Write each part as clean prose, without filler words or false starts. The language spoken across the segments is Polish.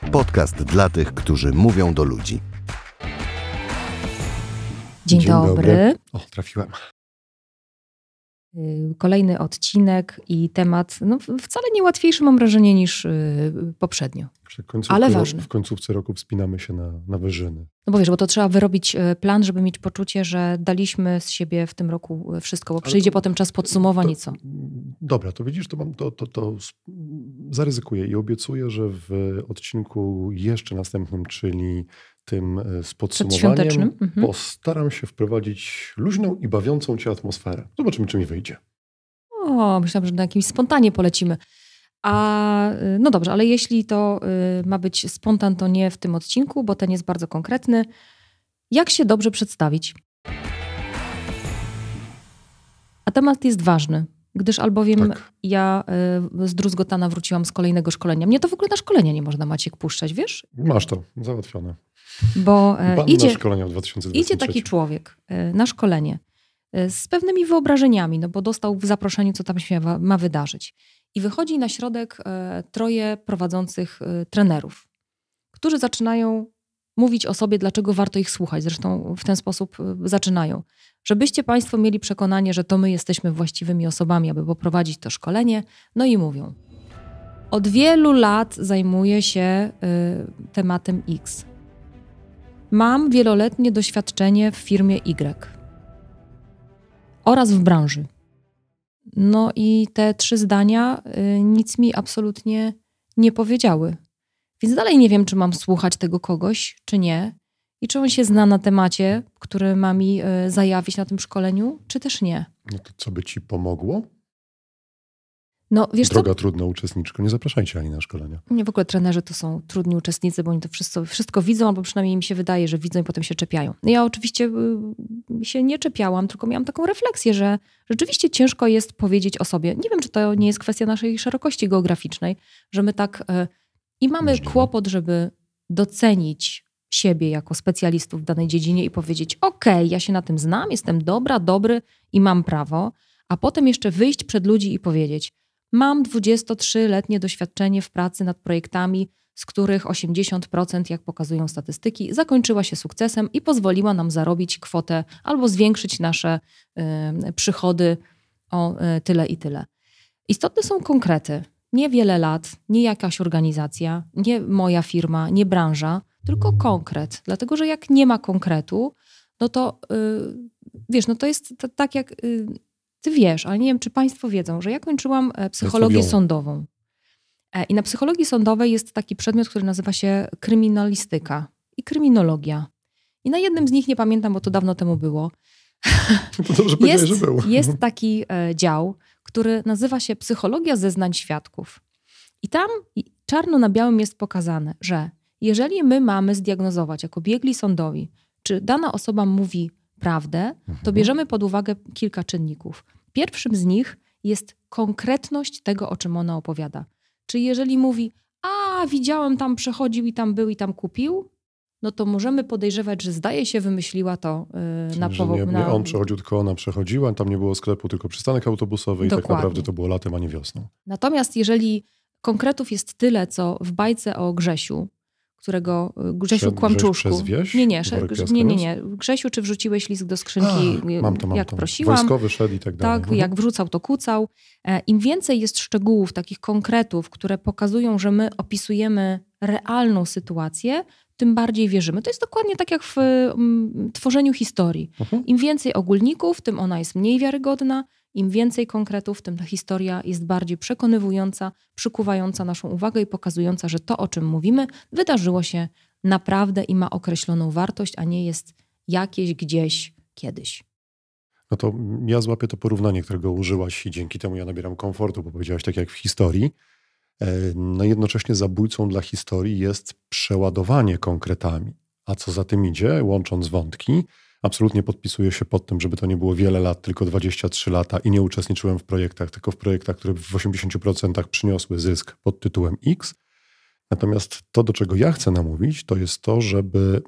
Podcast dla tych, którzy mówią do ludzi. Dzień dobry. O, trafiłem. Kolejny odcinek i temat wcale nie łatwiejszy, mam wrażenie, niż poprzednio. Ale ważny. W końcówce roku wspinamy się na wyżyny. No bo wiesz, bo to trzeba wyrobić plan, żeby mieć poczucie, że daliśmy z siebie w tym roku wszystko, bo przyjdzie potem czas podsumowań i co? Dobra, to widzisz, to zaryzykuję i obiecuję, że w odcinku jeszcze następnym, czyli tym z podsumowaniem, postaram się wprowadzić luźną i bawiącą cię atmosferę. Zobaczymy, czy mi wyjdzie. O, myślałam, że na jakimś spontanie polecimy. No dobrze, ale jeśli to ma być spontan, to nie w tym odcinku, bo ten jest bardzo konkretny. Jak się dobrze przedstawić? A temat jest ważny, gdyż albowiem ja zdruzgotana wróciłam z kolejnego szkolenia. Mnie to w ogóle na szkolenia nie można, Maciek, puszczać, wiesz? Masz to, załatwione. Bo na szkolenia w 2023. Idzie taki człowiek na szkolenie z pewnymi wyobrażeniami, no bo dostał w zaproszeniu, co tam się ma wydarzyć. I wychodzi na środek troje prowadzących trenerów, którzy zaczynają mówić o sobie, dlaczego warto ich słuchać. Zresztą w ten sposób zaczynają. Żebyście Państwo mieli przekonanie, że to my jesteśmy właściwymi osobami, aby poprowadzić to szkolenie. No i mówią. Od wielu lat zajmuję się tematem X. Mam wieloletnie doświadczenie w firmie Y. Oraz w branży. No i te 3 zdania nic mi absolutnie nie powiedziały. Więc dalej nie wiem, czy mam słuchać tego kogoś, czy nie. I czy on się zna na temacie, który ma mi zajawić na tym szkoleniu, czy też nie. No to co by ci pomogło? No, wiesz Droga trudna uczestniczko, nie zapraszajcie ani na szkolenia. Nie, w ogóle trenerzy to są trudni uczestnicy, bo oni to wszystko widzą, albo przynajmniej im się wydaje, że widzą i potem się czepiają. Ja oczywiście się nie czepiałam, tylko miałam taką refleksję, że rzeczywiście ciężko jest powiedzieć o sobie. Nie wiem, czy to nie jest kwestia naszej szerokości geograficznej, że my tak i mamy Możliwe. kłopot, żeby docenić siebie jako specjalistów w danej dziedzinie i powiedzieć, okej, ja się na tym znam, jestem dobry i mam prawo, a potem jeszcze wyjść przed ludzi i powiedzieć, mam 23-letnie doświadczenie w pracy nad projektami, z których 80%, jak pokazują statystyki, zakończyła się sukcesem i pozwoliła nam zarobić kwotę albo zwiększyć nasze przychody o tyle i tyle. Istotne są konkrety. Nie wiele lat, nie jakaś organizacja, nie moja firma, nie branża, tylko konkret. Dlatego, że jak nie ma konkretu, no to wiesz, no to jest tak jak... Ty wiesz, ale nie wiem, czy Państwo wiedzą, że ja kończyłam psychologię sądową. I na psychologii sądowej jest taki przedmiot, który nazywa się kryminalistyka i kryminologia. I na jednym z nich, nie pamiętam, bo to dawno temu było, to dobrze powiedziałeś, że było. Jest taki dział, który nazywa się psychologia zeznań świadków. I tam czarno na białym jest pokazane, że jeżeli my mamy zdiagnozować jako biegli sądowi, czy dana osoba mówi prawdę, to bierzemy pod uwagę kilka czynników. Pierwszym z nich jest konkretność tego, o czym ona opowiada. Czyli jeżeli mówi, widziałem, tam przechodził i tam był i tam kupił, no to możemy podejrzewać, że zdaje się wymyśliła to na powołanie. Nie on przechodził, tylko ona przechodziła, tam nie było sklepu, tylko przystanek autobusowy. Dokładnie. I tak naprawdę to było latem, a nie wiosną. Natomiast jeżeli konkretów jest tyle, co w bajce o Grzesiu, którego Grzesiu Kłamczuszku. Przez wieś? Nie. Grzesiu, czy wrzuciłeś list do skrzynki, jak prosiłam. Wojskowy szedł i tak dalej. Tak, jak wrzucał, to kucał. Im więcej jest szczegółów, takich konkretów, które pokazują, że my opisujemy realną sytuację, tym bardziej wierzymy. To jest dokładnie tak jak w tworzeniu historii. Im więcej ogólników, tym ona jest mniej wiarygodna. Im więcej konkretów, tym ta historia jest bardziej przekonywująca, przykuwająca naszą uwagę i pokazująca, że to, o czym mówimy, wydarzyło się naprawdę i ma określoną wartość, a nie jest jakieś gdzieś kiedyś. No to ja złapię to porównanie, którego użyłaś i dzięki temu ja nabieram komfortu, bo powiedziałaś tak jak w historii. No jednocześnie zabójcą dla historii jest przeładowanie konkretami. A co za tym idzie, łącząc wątki, absolutnie podpisuję się pod tym, żeby to nie było wiele lat, tylko 23 lata i nie uczestniczyłem w projektach, tylko w projektach, które w 80% przyniosły zysk pod tytułem X. Natomiast to, do czego ja chcę namówić, to jest to, żeby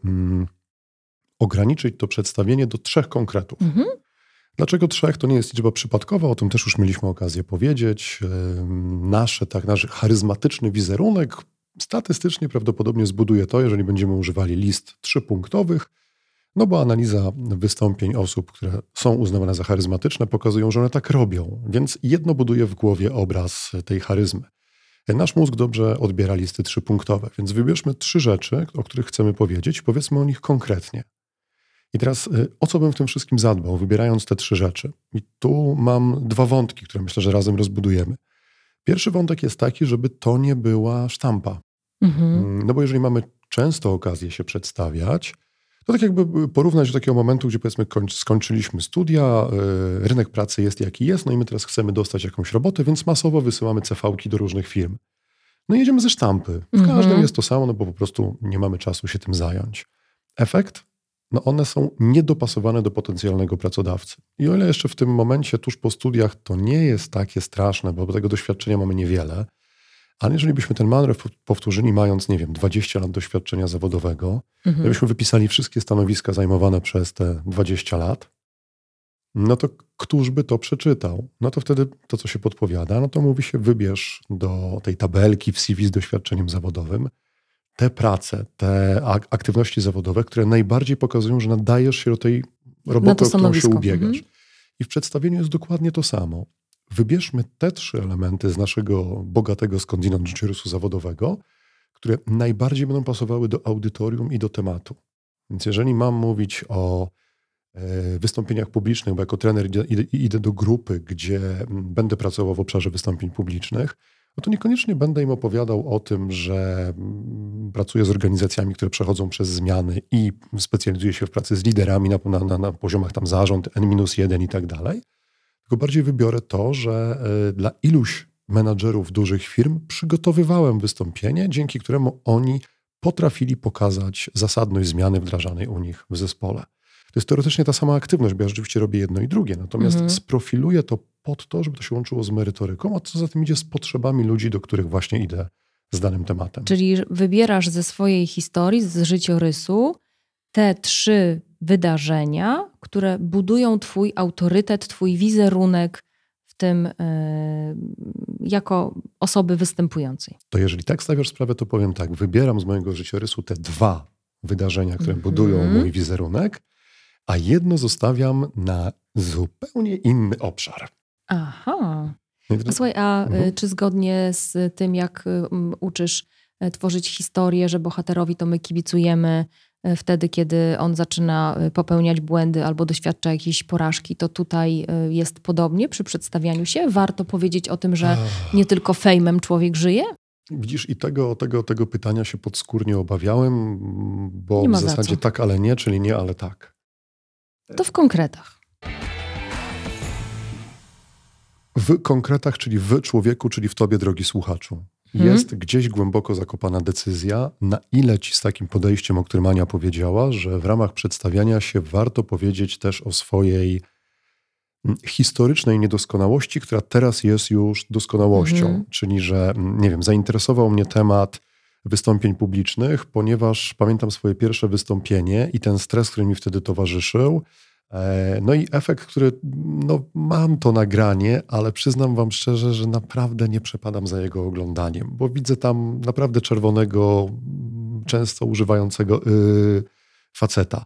ograniczyć to przedstawienie do 3 konkretów. Dlaczego 3? To nie jest liczba przypadkowa, o tym też już mieliśmy okazję powiedzieć. Nasz charyzmatyczny wizerunek statystycznie prawdopodobnie zbuduje to, jeżeli będziemy używali list 3-punktowych, no bo analiza wystąpień osób, które są uznawane za charyzmatyczne, pokazują, że one tak robią, więc jedno buduje w głowie obraz tej charyzmy. Nasz mózg dobrze odbiera listy 3-punktowe, więc wybierzmy 3 rzeczy, o których chcemy powiedzieć i powiedzmy o nich konkretnie. I teraz o co bym w tym wszystkim zadbał, wybierając te 3 rzeczy? I tu mam 2 wątki, które myślę, że razem rozbudujemy. Pierwszy wątek jest taki, żeby to nie była sztampa. No bo jeżeli mamy często okazję się przedstawiać, to tak jakby porównać do takiego momentu, gdzie powiedzmy skończyliśmy studia, rynek pracy jest jaki jest, no i my teraz chcemy dostać jakąś robotę, więc masowo wysyłamy CV-ki do różnych firm. No i jedziemy ze sztampy. W każdym jest to samo, no bo po prostu nie mamy czasu się tym zająć. Efekt? No one są niedopasowane do potencjalnego pracodawcy. I o ile jeszcze w tym momencie, tuż po studiach, to nie jest takie straszne, bo tego doświadczenia mamy niewiele, ale jeżeli byśmy ten manewr powtórzyli mając, 20 lat doświadczenia zawodowego, gdybyśmy wypisali wszystkie stanowiska zajmowane przez te 20 lat, no to któż by to przeczytał? No to wtedy to, co się podpowiada, no to mówi się, wybierz do tej tabelki w CV z doświadczeniem zawodowym te prace, te aktywności zawodowe, które najbardziej pokazują, że nadajesz się do tej roboty, o którą się ubiegasz. I w przedstawieniu jest dokładnie to samo. Wybierzmy te 3 elementy z naszego bogatego skądinąd życiorysu zawodowego, które najbardziej będą pasowały do audytorium i do tematu. Więc jeżeli mam mówić o wystąpieniach publicznych, bo jako trener idę do grupy, gdzie będę pracował w obszarze wystąpień publicznych, no to niekoniecznie będę im opowiadał o tym, że pracuję z organizacjami, które przechodzą przez zmiany i specjalizuję się w pracy z liderami na poziomach tam zarząd, N-1 i tak dalej. Tylko bardziej wybiorę to, że dla iluś menadżerów dużych firm przygotowywałem wystąpienie, dzięki któremu oni potrafili pokazać zasadność zmiany wdrażanej u nich w zespole. To jest teoretycznie ta sama aktywność, bo ja rzeczywiście robię jedno i drugie, natomiast sprofiluję to pod to, żeby to się łączyło z merytoryką, a co za tym idzie z potrzebami ludzi, do których właśnie idę z danym tematem. Czyli wybierasz ze swojej historii, z życiorysu te 3 wydarzenia, które budują twój autorytet, twój wizerunek w tym jako osoby występującej. To jeżeli tak stawiasz sprawę, to powiem tak, wybieram z mojego życiorysu te 2 wydarzenia, które budują mój wizerunek, a jedno zostawiam na zupełnie inny obszar. Aha. Słuchaj, czy zgodnie z tym, jak uczysz tworzyć historię, że bohaterowi to my kibicujemy wtedy, kiedy on zaczyna popełniać błędy albo doświadcza jakiejś porażki, to tutaj jest podobnie przy przedstawianiu się? Warto powiedzieć o tym, że nie tylko fejmem człowiek żyje? Widzisz, i tego pytania się podskórnie obawiałem, bo w zasadzie tak, ale nie, czyli nie, ale tak. To w konkretach. W konkretach, czyli w człowieku, czyli w tobie, drogi słuchaczu. Jest gdzieś głęboko zakopana decyzja, na ile ci z takim podejściem, o którym Ania powiedziała, że w ramach przedstawiania się warto powiedzieć też o swojej historycznej niedoskonałości, która teraz jest już doskonałością. Czyli, że zainteresował mnie temat wystąpień publicznych, ponieważ pamiętam swoje pierwsze wystąpienie i ten stres, który mi wtedy towarzyszył. No i efekt, który, mam to nagranie, ale przyznam wam szczerze, że naprawdę nie przepadam za jego oglądaniem, bo widzę tam naprawdę czerwonego, często używającego faceta.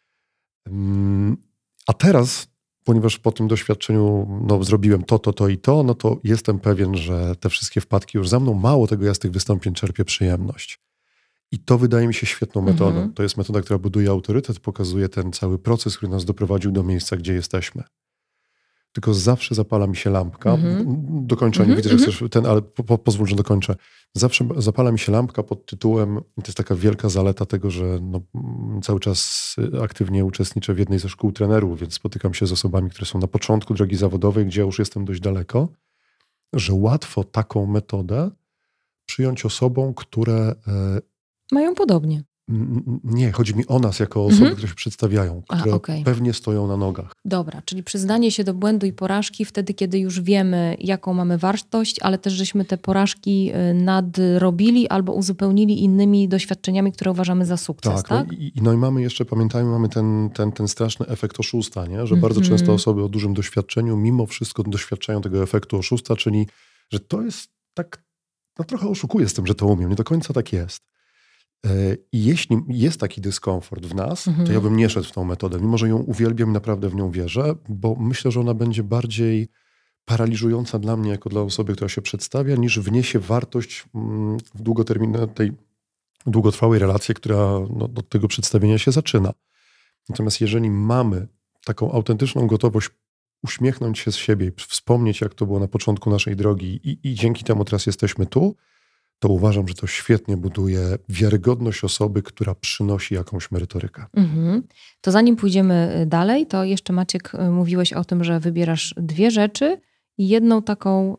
A teraz, ponieważ po tym doświadczeniu zrobiłem to i to, no to jestem pewien, że te wszystkie wpadki już za mną, mało tego, ja z tych wystąpień czerpię przyjemność. I to wydaje mi się świetną metodą. To jest metoda, która buduje autorytet, pokazuje ten cały proces, który nas doprowadził do miejsca, gdzie jesteśmy. Tylko zawsze zapala mi się lampka. Dokończę, nie widzę, że chcesz ale pozwól, że dokończę. Zawsze zapala mi się lampka pod tytułem, to jest taka wielka zaleta tego, że cały czas aktywnie uczestniczę w jednej ze szkół trenerów, więc spotykam się z osobami, które są na początku drogi zawodowej, gdzie ja już jestem dość daleko, że łatwo taką metodę przyjąć osobom, które mają podobnie. Nie, chodzi mi o nas jako osoby, które się przedstawiają, które pewnie stoją na nogach. Dobra, czyli przyznanie się do błędu i porażki wtedy, kiedy już wiemy, jaką mamy wartość, ale też żeśmy te porażki nadrobili albo uzupełnili innymi doświadczeniami, które uważamy za sukces, tak? I mamy jeszcze, pamiętajmy, mamy ten straszny efekt oszusta, nie? Że bardzo często osoby o dużym doświadczeniu mimo wszystko doświadczają tego efektu oszusta, czyli że to jest tak no trochę oszukuję z tym, że to umiem. Nie do końca tak jest. I jeśli jest taki dyskomfort w nas, to ja bym nie szedł w tą metodę, mimo że ją uwielbiam i naprawdę w nią wierzę, bo myślę, że ona będzie bardziej paraliżująca dla mnie, jako dla osoby, która się przedstawia, niż wniesie wartość w tej długotrwałej relacji, która od tego przedstawienia się zaczyna. Natomiast jeżeli mamy taką autentyczną gotowość uśmiechnąć się z siebie, wspomnieć, jak to było na początku naszej drogi i dzięki temu teraz jesteśmy tu, to uważam, że to świetnie buduje wiarygodność osoby, która przynosi jakąś merytorykę. To zanim pójdziemy dalej, to jeszcze Maciek mówiłeś o tym, że wybierasz 2 rzeczy i jedną taką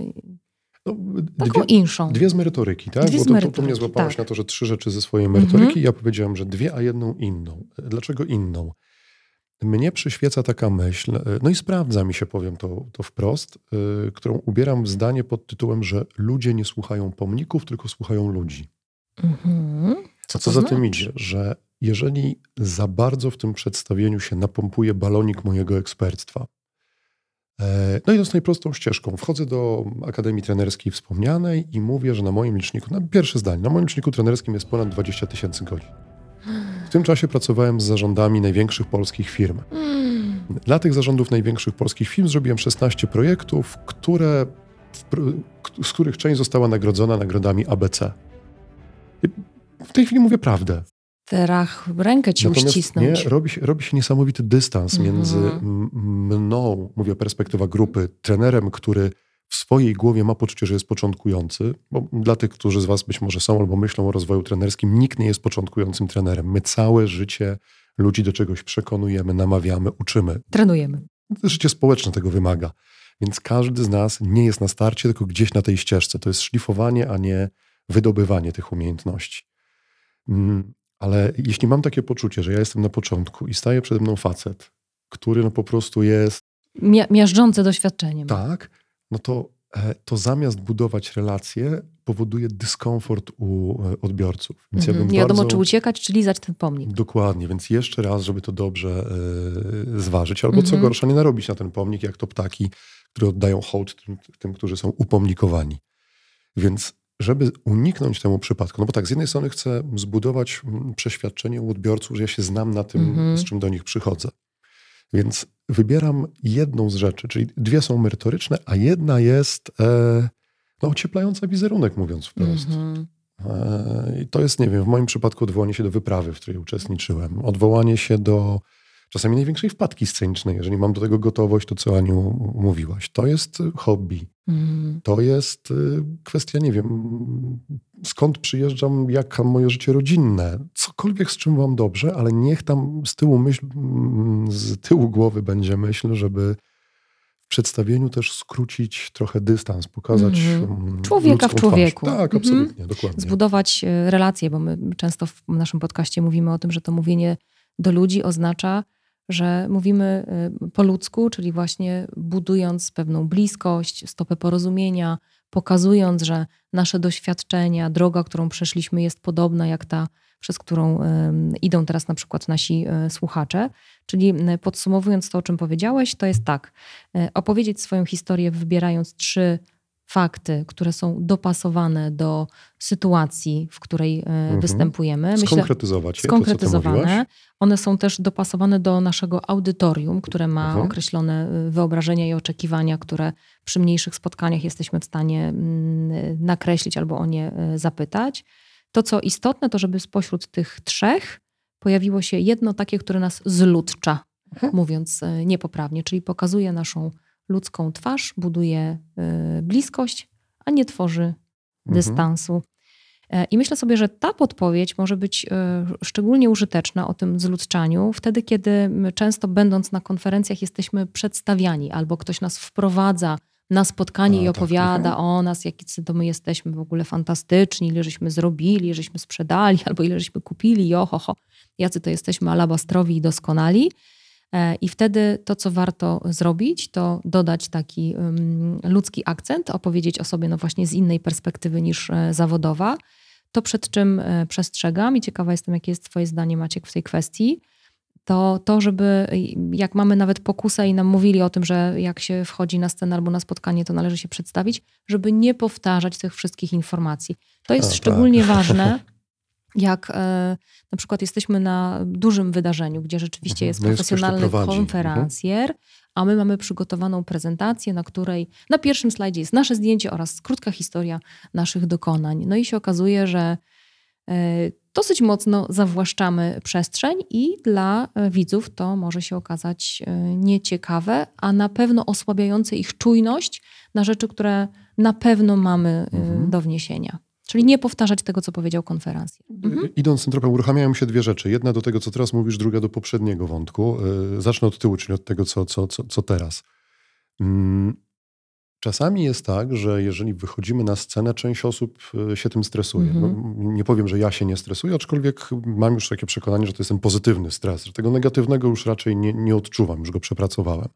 inszą. 2 z merytoryki, tak? Bo to mnie złapałaś na to, że 3 rzeczy ze swojej merytoryki. Ja powiedziałem, że 2, a jedną inną. Dlaczego inną? Mnie przyświeca taka myśl, no i sprawdza mi się, powiem to wprost, którą ubieram w zdanie pod tytułem, że ludzie nie słuchają pomników, tylko słuchają ludzi. Co za tym idzie? Że jeżeli za bardzo w tym przedstawieniu się napompuje balonik mojego eksperctwa, no idąc najprostą ścieżką, wchodzę do Akademii Trenerskiej wspomnianej i mówię, że na moim liczniku, pierwsze zdanie, na moim liczniku trenerskim jest ponad 20 000 godzin. W tym czasie pracowałem z zarządami największych polskich firm. Dla tych zarządów największych polskich firm zrobiłem 16 projektów, z których część została nagrodzona nagrodami ABC. W tej chwili mówię prawdę. Teraz rękę ci uścisnąć. Robi się niesamowity dystans między mną, mówię perspektywa grupy, trenerem, który w swojej głowie ma poczucie, że jest początkujący, bo dla tych, którzy z was być może są albo myślą o rozwoju trenerskim, nikt nie jest początkującym trenerem. My całe życie ludzi do czegoś przekonujemy, namawiamy, uczymy. Trenujemy. Życie społeczne tego wymaga. Więc każdy z nas nie jest na starcie, tylko gdzieś na tej ścieżce. To jest szlifowanie, a nie wydobywanie tych umiejętności. Ale jeśli mam takie poczucie, że ja jestem na początku i staje przede mną facet, który po prostu jest... Miażdżący doświadczeniem. Tak, no to zamiast budować relacje, powoduje dyskomfort u odbiorców. Więc ja bym nie wiadomo, czy uciekać, czy lizać ten pomnik. Dokładnie, więc jeszcze raz, żeby to dobrze zważyć, albo co gorsza, nie narobić na ten pomnik, jak to ptaki, które oddają hołd tym, którzy są upomnikowani. Więc żeby uniknąć temu przypadku, no bo tak, z jednej strony chcę zbudować przeświadczenie u odbiorców, że ja się znam na tym, z czym do nich przychodzę. Więc wybieram jedną z rzeczy, czyli 2 są merytoryczne, a jedna jest ocieplająca wizerunek, mówiąc wprost. I to jest, nie wiem, w moim przypadku odwołanie się do wyprawy, w której uczestniczyłem. Odwołanie się do czasami największej wpadki scenicznej, jeżeli mam do tego gotowość, to co Aniu mówiłaś. To jest hobby. To jest kwestia, nie wiem, skąd przyjeżdżam, jaka moje życie rodzinne. Cokolwiek, z czym mam dobrze, ale niech tam z tyłu głowy będzie myśl, żeby w przedstawieniu też skrócić trochę dystans, pokazać człowieka w człowieku. Twarz. Tak, absolutnie, dokładnie. Zbudować relacje, bo my często w naszym podcaście mówimy o tym, że to mówienie do ludzi oznacza, że mówimy po ludzku, czyli właśnie budując pewną bliskość, stopę porozumienia, pokazując, że nasze doświadczenia, droga, którą przeszliśmy, jest podobna jak ta, przez którą idą teraz na przykład nasi słuchacze. Czyli podsumowując to, o czym powiedziałeś, to jest tak, opowiedzieć swoją historię, wybierając 3 fakty, które są dopasowane do sytuacji, w której występujemy. Skonkretyzować je, skonkretyzowane. One są też dopasowane do naszego audytorium, które ma określone wyobrażenia i oczekiwania, które przy mniejszych spotkaniach jesteśmy w stanie nakreślić albo o nie zapytać. To, co istotne, to żeby spośród tych 3 pojawiło się jedno takie, które nas zludcza, mówiąc niepoprawnie, czyli pokazuje naszą ludzką twarz, buduje bliskość, a nie tworzy dystansu. I myślę sobie, że ta podpowiedź może być szczególnie użyteczna o tym zludczaniu wtedy, kiedy my często będąc na konferencjach jesteśmy przedstawiani albo ktoś nas wprowadza na spotkanie i opowiada o nas, jacy to my jesteśmy w ogóle fantastyczni, ile żeśmy zrobili, żeśmy sprzedali albo ile żeśmy kupili, jacy to jesteśmy alabastrowi i doskonali. I wtedy to, co warto zrobić, to dodać taki ludzki akcent, opowiedzieć o sobie no właśnie z innej perspektywy niż zawodowa. To, przed czym przestrzegam i ciekawa jestem, jakie jest twoje zdanie, Maciek, w tej kwestii, to, żeby jak mamy nawet pokusę i nam mówili o tym, że jak się wchodzi na scenę albo na spotkanie, to należy się przedstawić, żeby nie powtarzać tych wszystkich informacji. To jest szczególnie ważne, jak na przykład jesteśmy na dużym wydarzeniu, gdzie rzeczywiście jest profesjonalny konferencjer, a my mamy przygotowaną prezentację, na której na pierwszym slajdzie jest nasze zdjęcie oraz krótka historia naszych dokonań. No i się okazuje, że dosyć mocno zawłaszczamy przestrzeń i dla widzów to może się okazać nieciekawe, a na pewno osłabiające ich czujność na rzeczy, które na pewno mamy do wniesienia. Czyli nie powtarzać tego, co powiedział konferencjer. Idąc tym tropem, uruchamiają się dwie rzeczy. Jedna do tego, co teraz mówisz, druga do poprzedniego wątku. Zacznę od tyłu, czyli od tego, co teraz. Czasami jest tak, że jeżeli wychodzimy na scenę, część osób się tym stresuje. No, nie powiem, że ja się nie stresuję, aczkolwiek mam już takie przekonanie, że to jest ten pozytywny stres, że tego negatywnego już raczej nie odczuwam, już go przepracowałem.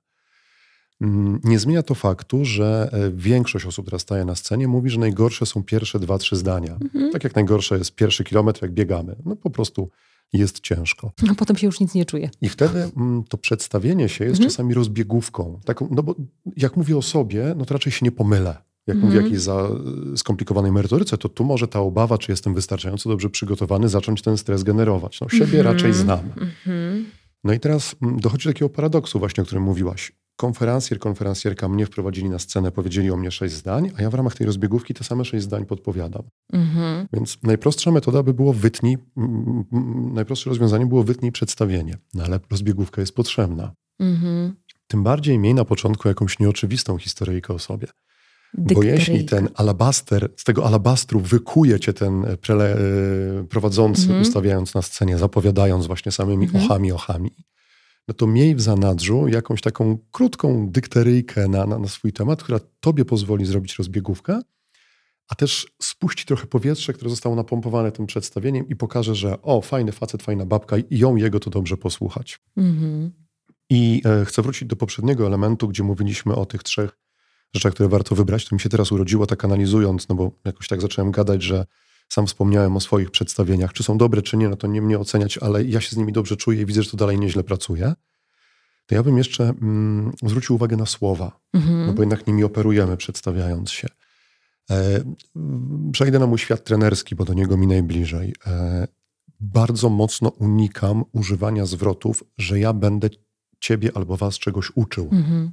Nie zmienia to faktu, że większość osób, która staje na scenie, mówi, że najgorsze są pierwsze 2-3 zdania. Tak jak najgorsze jest pierwszy kilometr, jak biegamy. No po prostu jest ciężko. A potem się już nic nie czuje. I wtedy to przedstawienie się jest czasami rozbiegówką. Taką, no bo jak mówię o sobie, no to raczej się nie pomylę. Jak mówię o jakiejś skomplikowanej merytoryce, to tu może ta obawa, czy jestem wystarczająco dobrze przygotowany, zacząć ten stres generować. No siebie raczej znam. No i teraz dochodzi do takiego paradoksu właśnie, o którym mówiłaś. Konferencjerka mnie wprowadzili na scenę, powiedzieli o mnie 6 zdań, a ja w ramach tej rozbiegówki te same 6 zdań podpowiadam. Więc najprostsza metoda by było najprostsze rozwiązanie było wytnij przedstawienie. No ale rozbiegówka jest potrzebna. Tym bardziej miej na początku jakąś nieoczywistą historyjkę o sobie. Bo jeśli ten alabaster, z tego alabastru wykuje cię ten prowadzący, ustawiając na scenie, zapowiadając właśnie samymi ochami, no to miej w zanadrzu jakąś taką krótką dykteryjkę na swój temat, która tobie pozwoli zrobić rozbiegówkę, a też spuści trochę powietrze, które zostało napompowane tym przedstawieniem i pokaże, że fajny facet, fajna babka i jego to dobrze posłuchać. I chcę wrócić do poprzedniego elementu, gdzie mówiliśmy o tych 3 rzeczach, które warto wybrać. To mi się teraz urodziło tak analizując, no bo jakoś tak zacząłem gadać, że sam wspomniałem o swoich przedstawieniach. Czy są dobre, czy nie, no to nie mnie oceniać, ale ja się z nimi dobrze czuję i widzę, że to dalej nieźle pracuje. To ja bym jeszcze zwrócił uwagę na słowa, no bo jednak nimi operujemy, przedstawiając się. Przejdę na mój świat trenerski, bo do niego mi najbliżej. Bardzo mocno unikam używania zwrotów, że ja będę ciebie albo was czegoś uczył.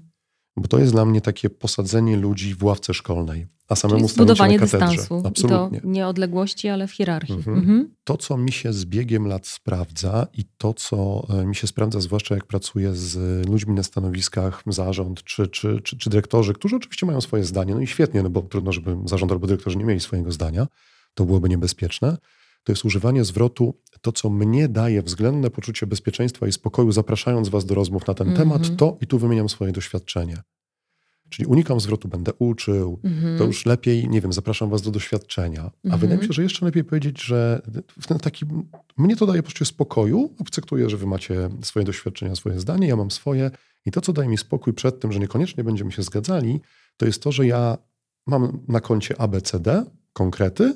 Bo to jest dla mnie takie posadzenie ludzi w ławce szkolnej, a samemu zbudowanie dystansu. Absolutnie. I to nie odległości, ale w hierarchii. To, co mi się z biegiem lat sprawdza i to, co mi się sprawdza, zwłaszcza jak pracuję z ludźmi na stanowiskach, zarząd czy dyrektorzy, którzy oczywiście mają swoje zdanie, no i świetnie, no bo trudno, żeby zarząd albo dyrektorzy nie mieli swojego zdania, to byłoby niebezpieczne. To jest używanie zwrotu, to co mnie daje względne poczucie bezpieczeństwa i spokoju, zapraszając was do rozmów na ten temat, to i tu wymieniam swoje doświadczenie. Czyli unikam zwrotu, będę uczył, to już lepiej, nie wiem, zapraszam was do doświadczenia. A wydaje mi się, że jeszcze lepiej powiedzieć, że w ten taki, mnie to daje poczucie spokoju, akceptuję, że wy macie swoje doświadczenia, swoje zdanie, ja mam swoje i to, co daje mi spokój przed tym, że niekoniecznie będziemy się zgadzali, to jest to, że ja mam na koncie ABCD konkrety,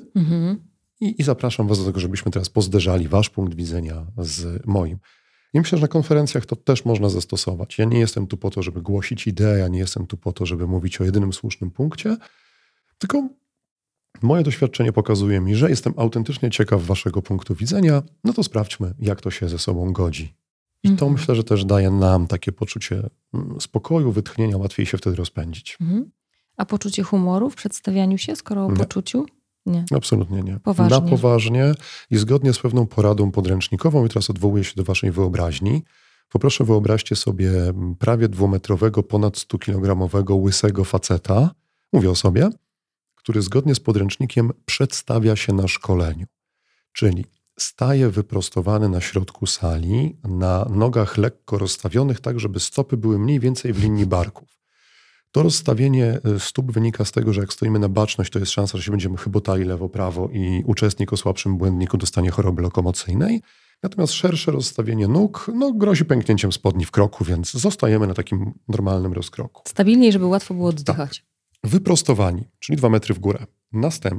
i zapraszam was do tego, żebyśmy teraz pozderzali wasz punkt widzenia z moim. I myślę, że na konferencjach to też można zastosować. Ja nie jestem tu po to, żeby głosić ideę, ja nie jestem tu po to, żeby mówić o jedynym słusznym punkcie, tylko moje doświadczenie pokazuje mi, że jestem autentycznie ciekaw waszego punktu widzenia, no to sprawdźmy, jak to się ze sobą godzi. I to myślę, że też daje nam takie poczucie spokoju, wytchnienia, łatwiej się wtedy rozpędzić. A poczucie humoru w przedstawianiu się, skoro o poczuciu? Nie. Absolutnie nie. Poważnie. Na poważnie i zgodnie z pewną poradą podręcznikową, i teraz odwołuję się do waszej wyobraźni, poproszę wyobraźcie sobie prawie 2-metrowego, ponad 100-kilogramowego, łysego faceta, mówię o sobie, który zgodnie z podręcznikiem przedstawia się na szkoleniu. Czyli staje wyprostowany na środku sali, na nogach lekko rozstawionych, tak żeby stopy były mniej więcej w linii barków. To rozstawienie stóp wynika z tego, że jak stoimy na baczność, to jest szansa, że się będziemy chybotali lewo-prawo i uczestnik o słabszym błędniku dostanie choroby lokomocyjnej. Natomiast szersze rozstawienie nóg grozi pęknięciem spodni w kroku, więc zostajemy na takim normalnym rozkroku. Stabilniej, żeby łatwo było oddychać. Tak. Wyprostowani, czyli 2 metry w górę. Następnie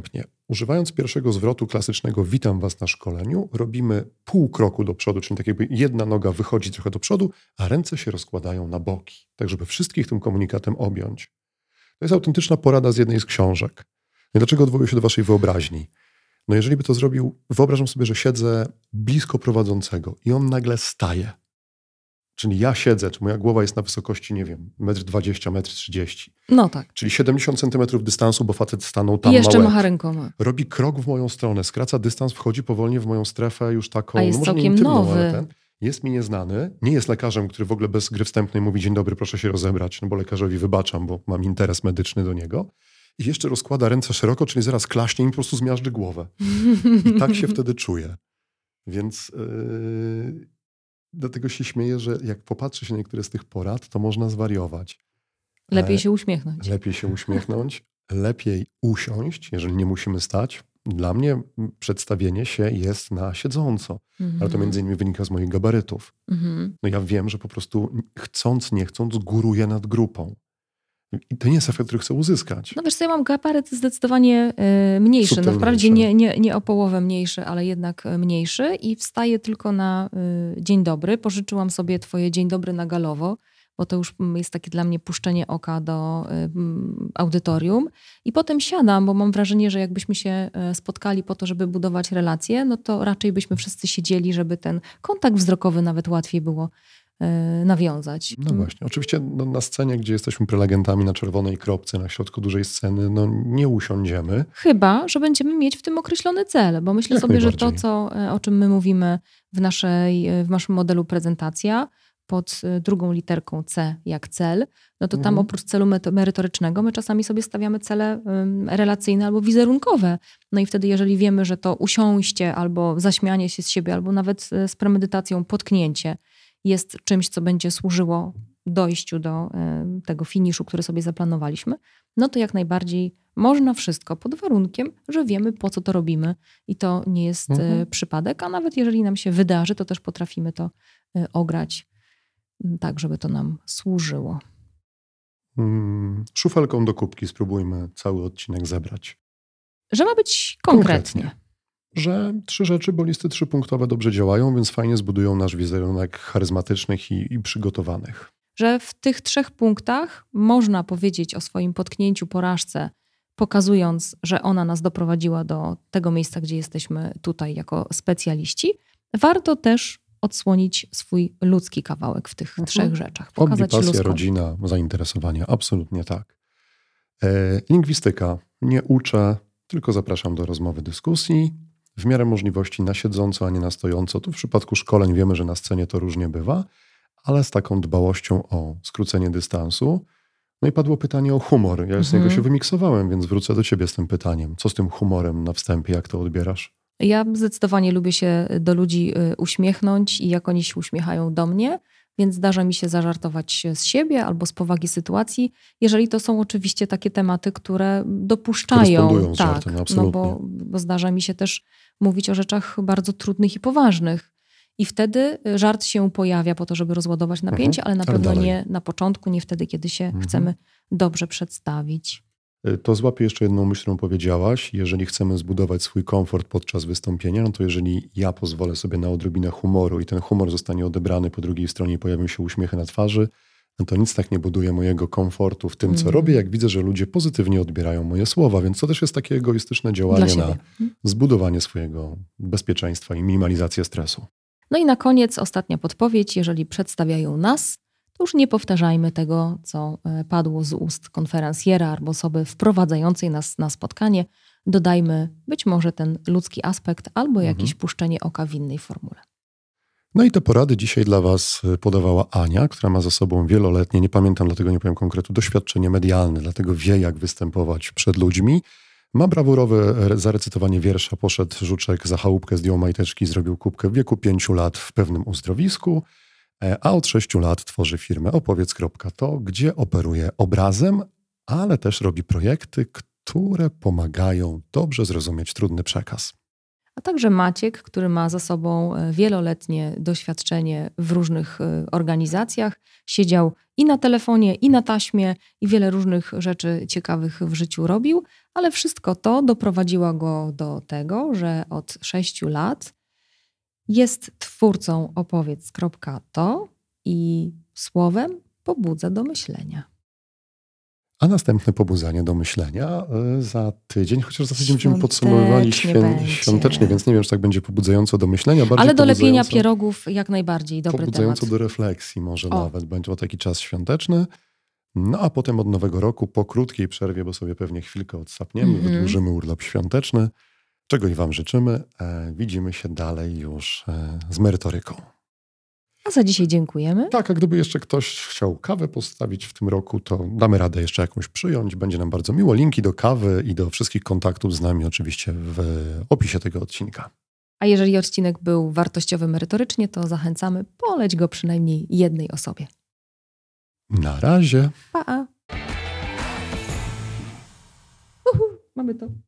Używając pierwszego zwrotu klasycznego witam was na szkoleniu, robimy pół kroku do przodu, czyli tak jakby jedna noga wychodzi trochę do przodu, a ręce się rozkładają na boki, tak żeby wszystkich tym komunikatem objąć. To jest autentyczna porada z jednej z książek. I dlaczego odwołuję się do waszej wyobraźni? No jeżeli by to zrobił, wyobrażam sobie, że siedzę blisko prowadzącego i on nagle staje. Czyli ja siedzę, czy moja głowa jest na wysokości, nie wiem, 1,20 m, 1,30 m. No tak. Czyli 70 centymetrów dystansu, bo facet stanął tam I jeszcze małe. macha rękoma. Robi krok w moją stronę, skraca dystans, wchodzi powolnie w moją strefę już taką, A jest może nie całkiem intymną, nowy. ale jest mi nieznany. Nie jest lekarzem, który w ogóle bez gry wstępnej mówi dzień dobry, proszę się rozebrać, no bo lekarzowi wybaczam, bo mam interes medyczny do niego. I jeszcze rozkłada ręce szeroko, czyli zaraz klaśnie i mi po prostu zmiażdży głowę. I tak się wtedy czuję. Więc dlatego się śmieję, że jak popatrzy się na niektóre z tych porad, to można zwariować. Lepiej się uśmiechnąć. Lepiej się uśmiechnąć, lepiej usiąść, jeżeli nie musimy stać. Dla mnie przedstawienie się jest na siedząco, ale to między innymi wynika z moich gabarytów. No ja wiem, że po prostu chcąc, nie chcąc góruję nad grupą. I to nie jest efekt, który chcę uzyskać. No wiesz co, ja mam gabaryt zdecydowanie mniejszy. No wprawdzie nie o połowę mniejszy, ale jednak mniejszy i wstaję tylko na dzień dobry. Pożyczyłam sobie twoje dzień dobry na galowo, bo to już jest takie dla mnie puszczenie oka do audytorium. I potem siadam, bo mam wrażenie, że jakbyśmy się spotkali po to, żeby budować relacje, no to raczej byśmy wszyscy siedzieli, żeby ten kontakt wzrokowy nawet łatwiej było nawiązać. No właśnie. Oczywiście na scenie, gdzie jesteśmy prelegentami na czerwonej kropce, na środku dużej sceny, no nie usiądziemy. Chyba, że będziemy mieć w tym określony cel, bo myślę sobie, że to, o czym my mówimy w naszym modelu prezentacja, pod drugą literką C jak cel, no to tam oprócz celu merytorycznego my czasami sobie stawiamy cele relacyjne albo wizerunkowe. No i wtedy, jeżeli wiemy, że to usiąście albo zaśmianie się z siebie, albo nawet z premedytacją potknięcie jest czymś, co będzie służyło dojściu do tego finiszu, który sobie zaplanowaliśmy, no to jak najbardziej można wszystko pod warunkiem, że wiemy, po co to robimy i to nie jest przypadek, a nawet jeżeli nam się wydarzy, to też potrafimy to ograć tak, żeby to nam służyło. Szufelką do kubki spróbujmy cały odcinek zebrać. Że ma być konkretnie. Że 3 rzeczy, bo listy 3-punktowe dobrze działają, więc fajnie zbudują nasz wizerunek charyzmatycznych i przygotowanych. Że w tych 3 punktach można powiedzieć o swoim potknięciu, porażce, pokazując, że ona nas doprowadziła do tego miejsca, gdzie jesteśmy tutaj jako specjaliści. Warto też odsłonić swój ludzki kawałek w tych 3 rzeczach. Pokazać pasja, ludzkość. rodzina, zainteresowania. Absolutnie tak. Lingwistyka. Nie uczę, tylko zapraszam do rozmowy, dyskusji. W miarę możliwości na siedząco, a nie na stojąco. Tu w przypadku szkoleń wiemy, że na scenie to różnie bywa, ale z taką dbałością o skrócenie dystansu. No i padło pytanie o humor. Ja z niego się wymiksowałem, więc wrócę do ciebie z tym pytaniem. Co z tym humorem na wstępie? Jak to odbierasz? Ja zdecydowanie lubię się do ludzi uśmiechnąć i jak oni się uśmiechają do mnie, więc zdarza mi się zażartować z siebie albo z powagi sytuacji, jeżeli to są oczywiście takie tematy, które dopuszczają. Korespondują z żartem, absolutnie. No bo zdarza mi się też mówić o rzeczach bardzo trudnych i poważnych. I wtedy żart się pojawia po to, żeby rozładować napięcie, ale na pewno nie na początku, nie wtedy, kiedy się chcemy dobrze przedstawić. To złapię jeszcze jedną myśl, którą powiedziałaś. Jeżeli chcemy zbudować swój komfort podczas wystąpienia, no to jeżeli ja pozwolę sobie na odrobinę humoru i ten humor zostanie odebrany po drugiej stronie i pojawią się uśmiechy na twarzy, no to nic tak nie buduje mojego komfortu w tym, co robię, jak widzę, że ludzie pozytywnie odbierają moje słowa. Więc to też jest takie egoistyczne działanie na zbudowanie swojego bezpieczeństwa i minimalizację stresu. No i na koniec ostatnia podpowiedź. Jeżeli przedstawiają nas, to już nie powtarzajmy tego, co padło z ust konferencjera albo osoby wprowadzającej nas na spotkanie. Dodajmy być może ten ludzki aspekt albo jakieś puszczenie oka w innej formule. No i te porady dzisiaj dla was podawała Ania, która ma za sobą wieloletnie, nie pamiętam, dlatego nie powiem konkretu, doświadczenie medialne, dlatego wie, jak występować przed ludźmi. Ma brawurowe zarecytowanie wiersza, poszedł żuczek za chałupkę, zdjął majteczki, zrobił kubkę w wieku 5 lat w pewnym uzdrowisku, a od 6 lat tworzy firmę Opowiedz.to, gdzie operuje obrazem, ale też robi projekty, które pomagają dobrze zrozumieć trudny przekaz. a także Maciek, który ma za sobą wieloletnie doświadczenie w różnych organizacjach. Siedział i na telefonie, i na taśmie, i wiele różnych rzeczy ciekawych w życiu robił, ale wszystko to doprowadziło go do tego, że od 6 lat jest twórcą opowiedz.to i słowem pobudza do myślenia. A następne pobudzanie do myślenia za tydzień, chociaż za tydzień będziemy podsumowywali świątecznie, więc nie wiem, czy tak będzie pobudzająco do myślenia. Ale do lepienia pierogów jak najbardziej dobry temat. Pobudzająco do refleksji może nawet będzie, bo taki czas świąteczny. No a potem od nowego roku po krótkiej przerwie, bo sobie pewnie chwilkę odsapniemy, wydłużymy urlop świąteczny, czego i wam życzymy. Widzimy się dalej już z merytoryką. A za dzisiaj dziękujemy. Tak, a gdyby jeszcze ktoś chciał kawę postawić w tym roku, to damy radę jeszcze jakąś przyjąć. Będzie nam bardzo miło. Linki do kawy i do wszystkich kontaktów z nami oczywiście w opisie tego odcinka. A jeżeli odcinek był wartościowy merytorycznie, to zachęcamy, poleć go przynajmniej jednej osobie. Na razie. Pa! Mamy to.